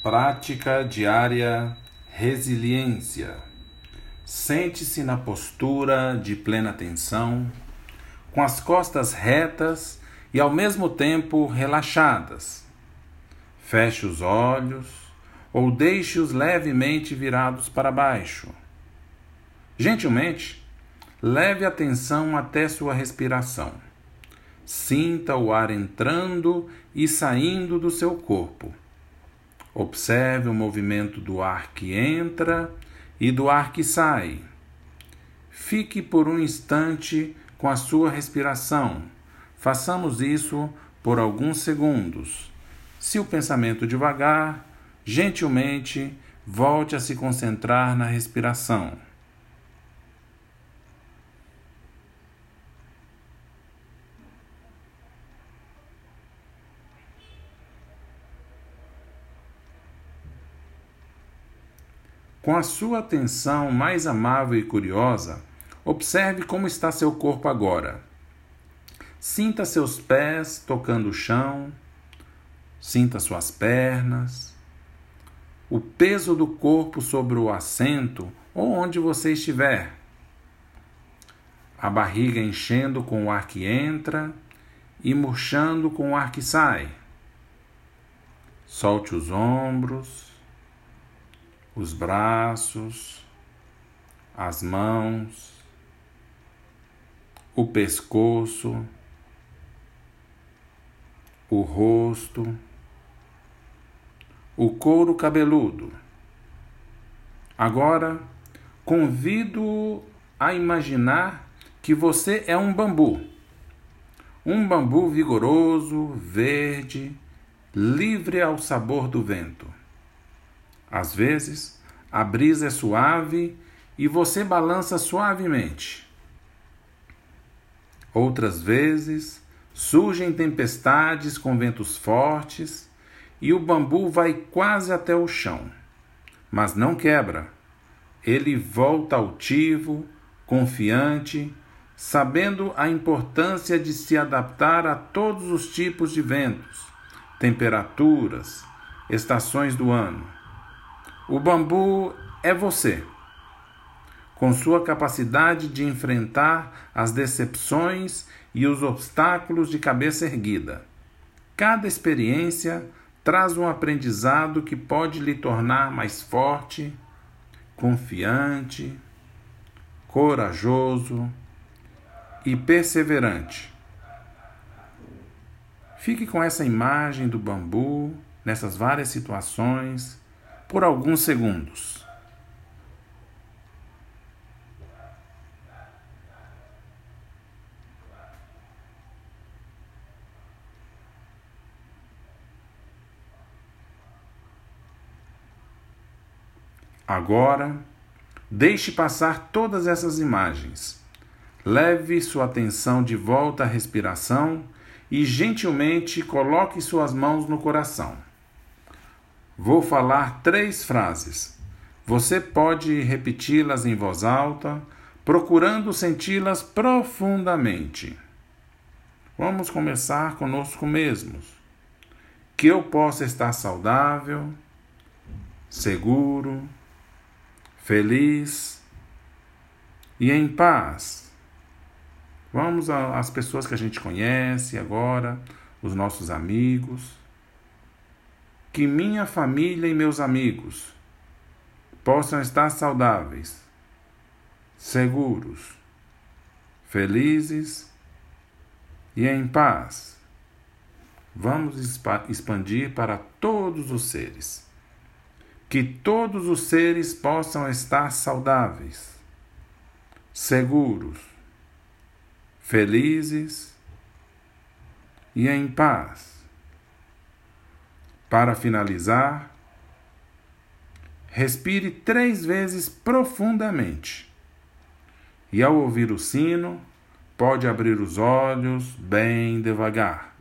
Prática diária, resiliência. Sente-se na postura de plena atenção, com as costas retas e ao mesmo tempo relaxadas. Feche os olhos ou deixe-os levemente virados para baixo. Gentilmente, leve a atenção até sua respiração. Sinta o ar entrando e saindo do seu corpo. Observe o movimento do ar que entra e do ar que sai. Fique por um instante com a sua respiração. Façamos isso por alguns segundos. Se o pensamento devagar, gentilmente volte a se concentrar na respiração. Com a sua atenção mais amável e curiosa, observe como está seu corpo agora. Sinta seus pés tocando o chão, sinta suas pernas, o peso do corpo sobre o assento ou onde você estiver. A barriga enchendo com o ar que entra e murchando com o ar que sai. Solte os ombros, os braços, as mãos, o pescoço, o rosto, o couro cabeludo. Agora, convido-o a imaginar que você é um bambu vigoroso, verde, livre ao sabor do vento. Às vezes, a brisa é suave e você balança suavemente. Outras vezes, surgem tempestades com ventos fortes e o bambu vai quase até o chão. Mas não quebra. Ele volta altivo, confiante, sabendo a importância de se adaptar a todos os tipos de ventos, temperaturas, estações do ano. O bambu é você, com sua capacidade de enfrentar as decepções e os obstáculos de cabeça erguida. Cada experiência traz um aprendizado que pode lhe tornar mais forte, confiante, corajoso e perseverante. Fique com essa imagem do bambu nessas várias situações por alguns segundos. Agora, deixe passar todas essas imagens. Leve sua atenção de volta à respiração e gentilmente coloque suas mãos no coração. Vou falar 3 frases. Você pode repeti-las em voz alta, procurando senti-las profundamente. Vamos começar conosco mesmos. Que eu possa estar saudável, seguro, feliz e em paz. Vamos às pessoas que a gente conhece agora, os nossos amigos. Que minha família e meus amigos possam estar saudáveis, seguros, felizes e em paz. Vamos expandir para todos os seres. Que todos os seres possam estar saudáveis, seguros, felizes e em paz. Para finalizar, respire 3 vezes profundamente. E ao ouvir o sino, pode abrir os olhos bem devagar.